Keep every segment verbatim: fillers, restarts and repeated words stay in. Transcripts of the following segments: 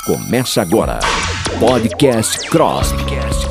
Começa agora. Podcast Crosp.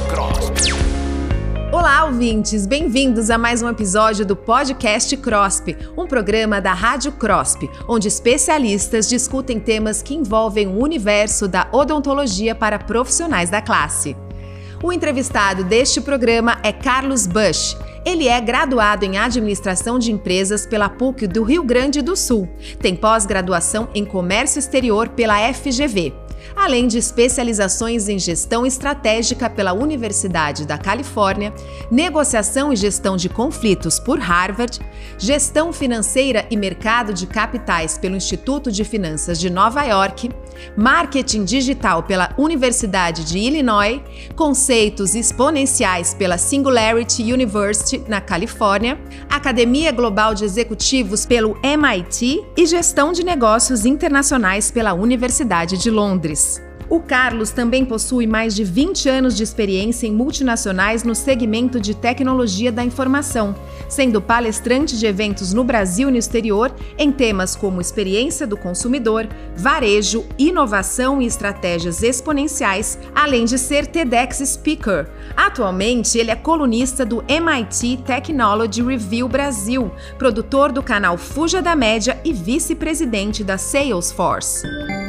Olá, ouvintes! Bem-vindos a mais um episódio do Podcast Crosp, um programa da Rádio Crosp, onde especialistas discutem temas que envolvem o universo da odontologia para profissionais da classe. O entrevistado deste programa é Carlos Bush. Ele é graduado em Administração de Empresas pela P U C do Rio Grande do Sul. Tem pós-graduação em Comércio Exterior pela F G V. Além de especializações em Gestão Estratégica pela Universidade da Califórnia, Negociação e Gestão de Conflitos por Harvard, Gestão Financeira e Mercado de Capitais pelo Instituto de Finanças de Nova York, Marketing Digital pela Universidade de Illinois, Conceitos Exponenciais pela Singularity University na Califórnia, Academia Global de Executivos pelo M I T e Gestão de Negócios Internacionais pela Universidade de Londres. O Carlos também possui mais de vinte anos de experiência em multinacionais no segmento de tecnologia da informação, sendo palestrante de eventos no Brasil e no exterior em temas como experiência do consumidor, varejo, inovação e estratégias exponenciais, além de ser TEDx Speaker. Atualmente, ele é colunista do M I T Technology Review Brasil, produtor do canal Fuja da Média e vice-presidente da Salesforce.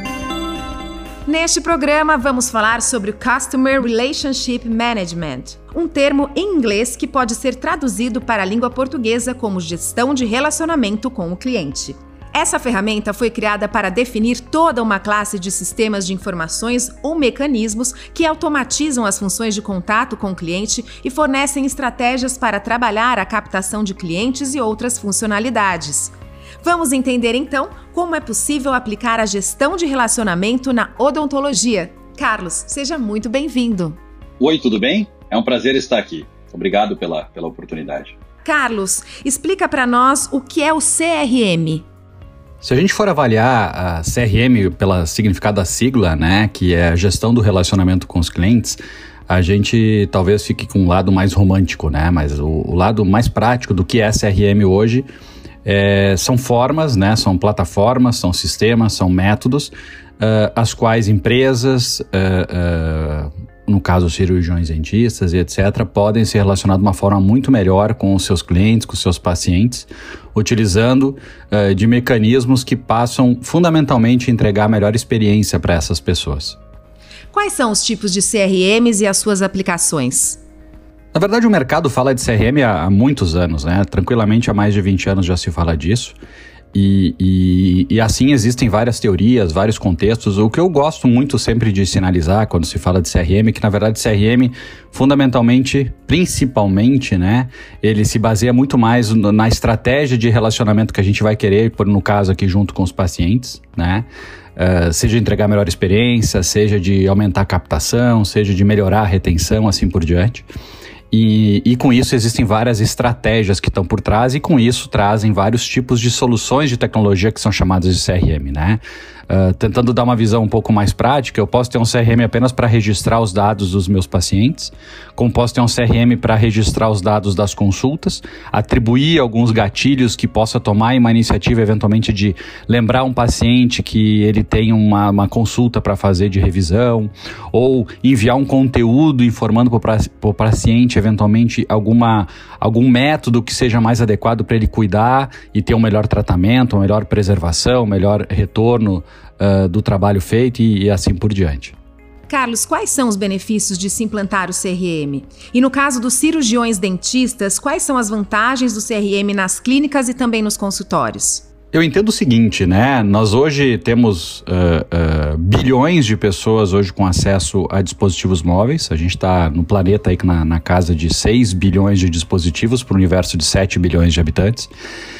Neste programa, vamos falar sobre o Customer Relationship Management, um termo em inglês que pode ser traduzido para a língua portuguesa como gestão de relacionamento com o cliente. Essa ferramenta foi criada para definir toda uma classe de sistemas de informações ou mecanismos que automatizam as funções de contato com o cliente e fornecem estratégias para trabalhar a captação de clientes e outras funcionalidades. Vamos entender então como é possível aplicar a gestão de relacionamento na odontologia. Carlos, seja muito bem-vindo. Oi, tudo bem? É um prazer estar aqui. Obrigado pela, pela oportunidade. Carlos, explica para nós o que é o C R M. Se a gente for avaliar a C R M pela significado da sigla, né, que é a gestão do relacionamento com os clientes, a gente talvez fique com um lado mais romântico, né? Mas o, o lado mais prático do que é C R M hoje É, são formas, né, são plataformas, são sistemas, são métodos, uh, as quais empresas, uh, uh, no caso cirurgiões, dentistas e etcétera, podem se relacionar de uma forma muito melhor com os seus clientes, com os seus pacientes, utilizando uh, de mecanismos que passam fundamentalmente a entregar a melhor experiência para essas pessoas. Quais são os tipos de C R Ms e as suas aplicações? Na verdade, o mercado fala de C R M há, há muitos anos, né? Tranquilamente, há mais de vinte anos já se fala disso. E, e, e assim existem várias teorias, vários contextos. O que eu gosto muito sempre de sinalizar quando se fala de C R M é que, na verdade, C R M, fundamentalmente, principalmente, né? Ele se baseia muito mais na estratégia de relacionamento que a gente vai querer, por no caso aqui, junto com os pacientes, né? Uh, seja de entregar melhor experiência, seja de aumentar a captação, seja de melhorar a retenção, assim por diante. E, e com isso existem várias estratégias que estão por trás e com isso trazem vários tipos de soluções de tecnologia que são chamadas de C R M, né? Uh, tentando dar uma visão um pouco mais prática, eu posso ter um C R M apenas para registrar os dados dos meus pacientes, como posso ter um C R M para registrar os dados das consultas, atribuir alguns gatilhos que possa tomar uma iniciativa eventualmente de lembrar um paciente que ele tem uma, uma consulta para fazer de revisão, ou enviar um conteúdo informando para o paciente eventualmente alguma, algum método que seja mais adequado para ele cuidar e ter um melhor tratamento, uma melhor preservação, um melhor retorno Uh, do trabalho feito e, e assim por diante. Carlos, quais são os benefícios de se implantar o C R M? E no caso dos cirurgiões dentistas, quais são as vantagens do C R M nas clínicas e também nos consultórios? Eu entendo o seguinte, né? Nós hoje temos uh, uh, bilhões de pessoas hoje com acesso a dispositivos móveis. A gente está no planeta aí na, na casa de seis bilhões de dispositivos para o universo de sete bilhões de habitantes.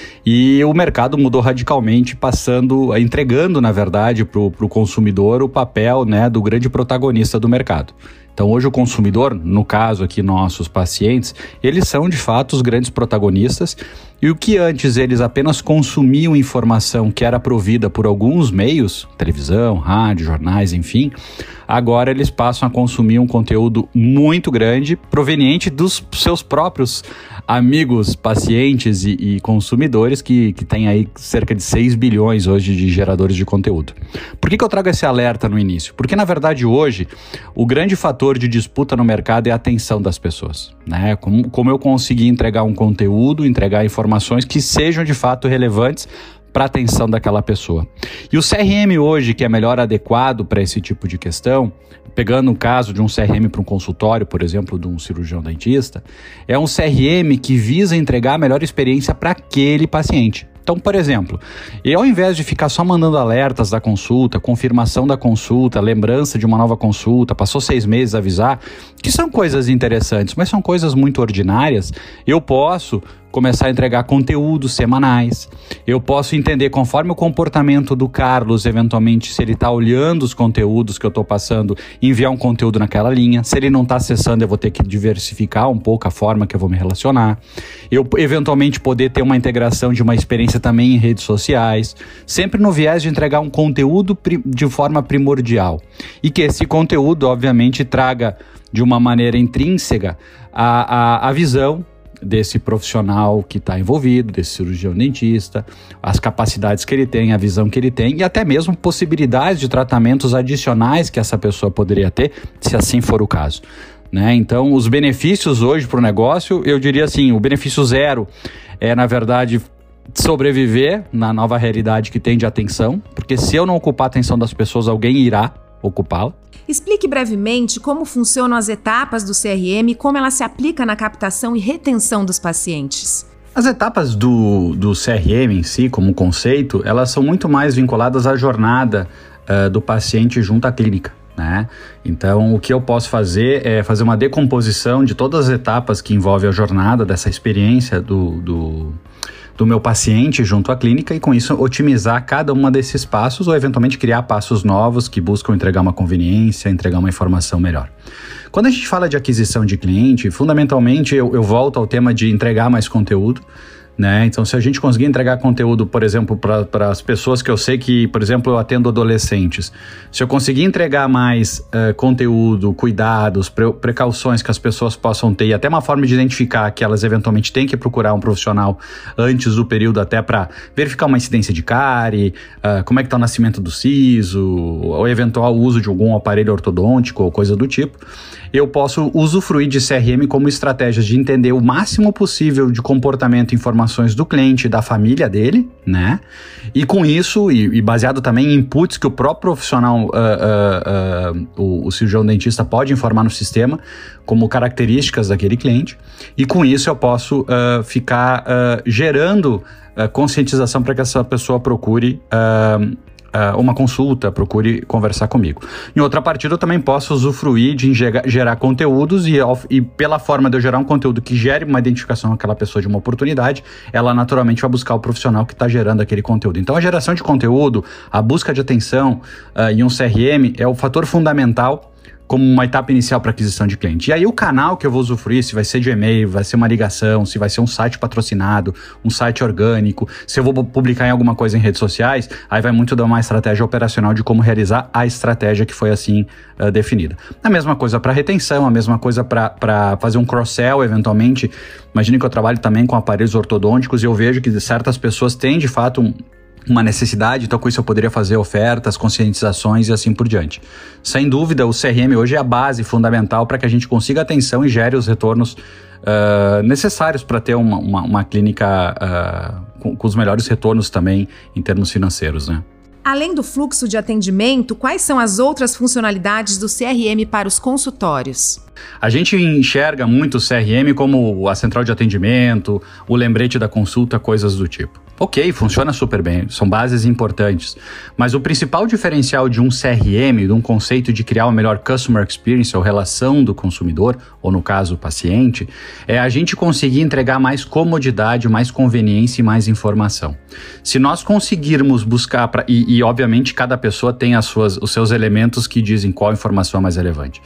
E o mercado mudou radicalmente, passando, entregando, na verdade, para o consumidor o papel, né, do grande protagonista do mercado. Então hoje o consumidor, no caso aqui nossos pacientes, eles são de fato os grandes protagonistas, e o que antes eles apenas consumiam informação que era provida por alguns meios, televisão, rádio, rádio, jornais, enfim, agora eles passam a consumir um conteúdo muito grande, proveniente dos seus próprios amigos, pacientes e, e consumidores, que, que tem aí cerca de seis bilhões hoje de geradores de conteúdo. Por que, que eu trago esse alerta no início? Porque, na verdade, hoje, o grande fator de disputa no mercado é a atenção das pessoas, né? Como, como eu conseguir entregar um conteúdo, entregar informações que sejam de fato relevantes para a atenção daquela pessoa. E o C R M hoje, que é melhor adequado para esse tipo de questão, pegando o caso de um C R M para um consultório, por exemplo, de um cirurgião dentista, é um C R M que visa entregar a melhor experiência para aquele paciente. Então, por exemplo, eu, ao invés de ficar só mandando alertas da consulta, confirmação da consulta, lembrança de uma nova consulta, passou seis meses avisar, que são coisas interessantes, mas são coisas muito ordinárias, eu posso começar a entregar conteúdos semanais. Eu posso entender, conforme o comportamento do Carlos, eventualmente, se ele está olhando os conteúdos que eu estou passando, enviar um conteúdo naquela linha. Se ele não está acessando, eu vou ter que diversificar um pouco a forma que eu vou me relacionar. Eu, eventualmente, poder ter uma integração de uma experiência também em redes sociais, sempre no viés de entregar um conteúdo de forma primordial. E que esse conteúdo, obviamente, traga de uma maneira intrínseca a, a, a visão desse profissional que está envolvido, desse cirurgião dentista, as capacidades que ele tem, a visão que ele tem e até mesmo possibilidades de tratamentos adicionais que essa pessoa poderia ter, se assim for o caso, né? Então, os benefícios hoje para o negócio, eu diria assim, o benefício zero é, na verdade, sobreviver na nova realidade que tem de atenção, porque se eu não ocupar a atenção das pessoas, alguém irá ocupá-la. Explique brevemente como funcionam as etapas do C R M e como ela se aplica na captação e retenção dos pacientes. As etapas do, do C R M em si, como conceito, elas são muito mais vinculadas à jornada uh, do paciente junto à clínica, né? Então, o que eu posso fazer é fazer uma decomposição de todas as etapas que envolvem a jornada dessa experiência do, do, do meu paciente junto à clínica e, com isso, otimizar cada uma desses passos ou, eventualmente, criar passos novos que buscam entregar uma conveniência, entregar uma informação melhor. Quando a gente fala de aquisição de cliente, fundamentalmente, eu, eu volto ao tema de entregar mais conteúdo, né? Então, se a gente conseguir entregar conteúdo, por exemplo, para as pessoas que eu sei que, por exemplo, eu atendo adolescentes, se eu conseguir entregar mais uh, conteúdo, cuidados, pre precauções que as pessoas possam ter e até uma forma de identificar que elas eventualmente têm que procurar um profissional antes do período até para verificar uma incidência de cárie, uh, como é que está o nascimento do siso, ou eventual uso de algum aparelho ortodôntico ou coisa do tipo, eu posso usufruir de C R M como estratégias de entender o máximo possível de comportamento e informações do cliente e da família dele, né? E com isso, e, e baseado também em inputs que o próprio profissional, uh, uh, uh, o, o cirurgião dentista pode informar no sistema, como características daquele cliente, e com isso eu posso uh, ficar uh, gerando uh, conscientização para que essa pessoa procure uh, Uh, uma consulta, procure conversar comigo. Em outra partida, eu também posso usufruir de gerar, gerar conteúdos e, e pela forma de eu gerar um conteúdo que gere uma identificação àquela pessoa de uma oportunidade, ela naturalmente vai buscar o profissional que está gerando aquele conteúdo. Então, a geração de conteúdo, a busca de atenção uh, e um C R M é o fator fundamental como uma etapa inicial para aquisição de cliente. E aí o canal que eu vou usufruir, se vai ser de e-mail, vai ser uma ligação, se vai ser um site patrocinado, um site orgânico, se eu vou publicar em alguma coisa em redes sociais, aí vai muito dar uma estratégia operacional de como realizar a estratégia que foi assim uh, definida. A mesma coisa para retenção, a mesma coisa para fazer um cross-sell eventualmente. Imagine que eu trabalho também com aparelhos ortodônticos e eu vejo que certas pessoas têm de fato um uma necessidade, então com isso eu poderia fazer ofertas, conscientizações e assim por diante. Sem dúvida, o C R M hoje é a base fundamental para que a gente consiga atenção e gere os retornos uh, necessários para ter uma, uma, uma clínica uh, com, com os melhores retornos também em termos financeiros, né? Além do fluxo de atendimento, quais são as outras funcionalidades do C R M para os consultórios? A gente enxerga muito o C R M como a central de atendimento, o lembrete da consulta, coisas do tipo. Ok, funciona super bem, são bases importantes, mas o principal diferencial de um C R M, de um conceito de criar uma melhor customer experience ou relação do consumidor, ou no caso o paciente, é a gente conseguir entregar mais comodidade, mais conveniência e mais informação. Se nós conseguirmos buscar, pra, e, e obviamente cada pessoa tem as suas, os seus elementos que dizem qual informação é mais relevante.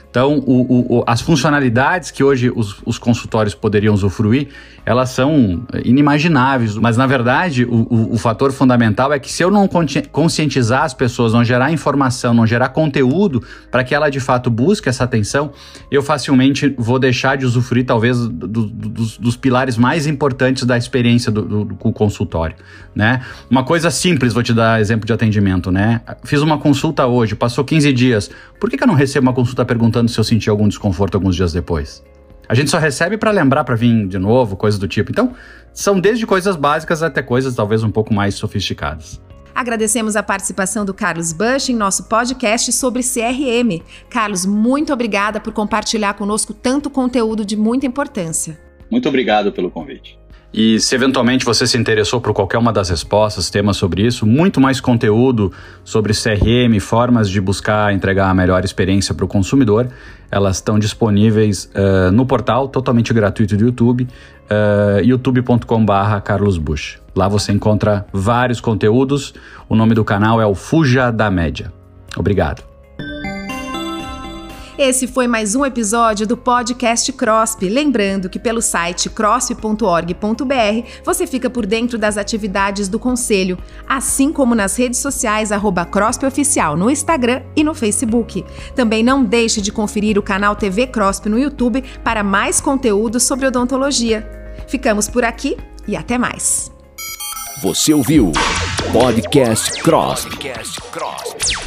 Então, o, o, as funcionalidades que hoje os, os consultórios poderiam usufruir, elas são inimagináveis. Mas, na verdade, o, o, o fator fundamental é que se eu não conscientizar as pessoas, não gerar informação, não gerar conteúdo para que ela, de fato, busque essa atenção, eu facilmente vou deixar de usufruir, talvez, do, do, dos, dos pilares mais importantes da experiência do, do, do consultório, né? Uma coisa simples, vou te dar exemplo de atendimento, né? Fiz uma consulta hoje, passou quinze dias. Por que que eu não recebo uma consulta perguntando se eu senti algum desconforto alguns dias depois? A gente só recebe para lembrar para vir de novo, coisas do tipo. Então, são desde coisas básicas até coisas talvez um pouco mais sofisticadas. Agradecemos a participação do Carlos Bush em nosso podcast sobre C R M. Carlos, muito obrigada por compartilhar conosco tanto conteúdo de muita importância. Muito obrigado pelo convite. E se eventualmente você se interessou por qualquer uma das respostas, temas sobre isso, muito mais conteúdo sobre C R M, formas de buscar entregar a melhor experiência para o consumidor, elas estão disponíveis uh, no portal totalmente gratuito do YouTube, uh, youtube ponto com barra carlos bush. Lá você encontra vários conteúdos, o nome do canal é o Fuja da Média. Obrigado. Esse foi mais um episódio do podcast CROSP. Lembrando que pelo site crosp ponto org ponto b r você fica por dentro das atividades do Conselho, assim como nas redes sociais arroba CROSP Oficial no Instagram e no Facebook. Também não deixe de conferir o canal T V CROSP no YouTube para mais conteúdo sobre odontologia. Ficamos por aqui e até mais. Você ouviu Podcast CROSP.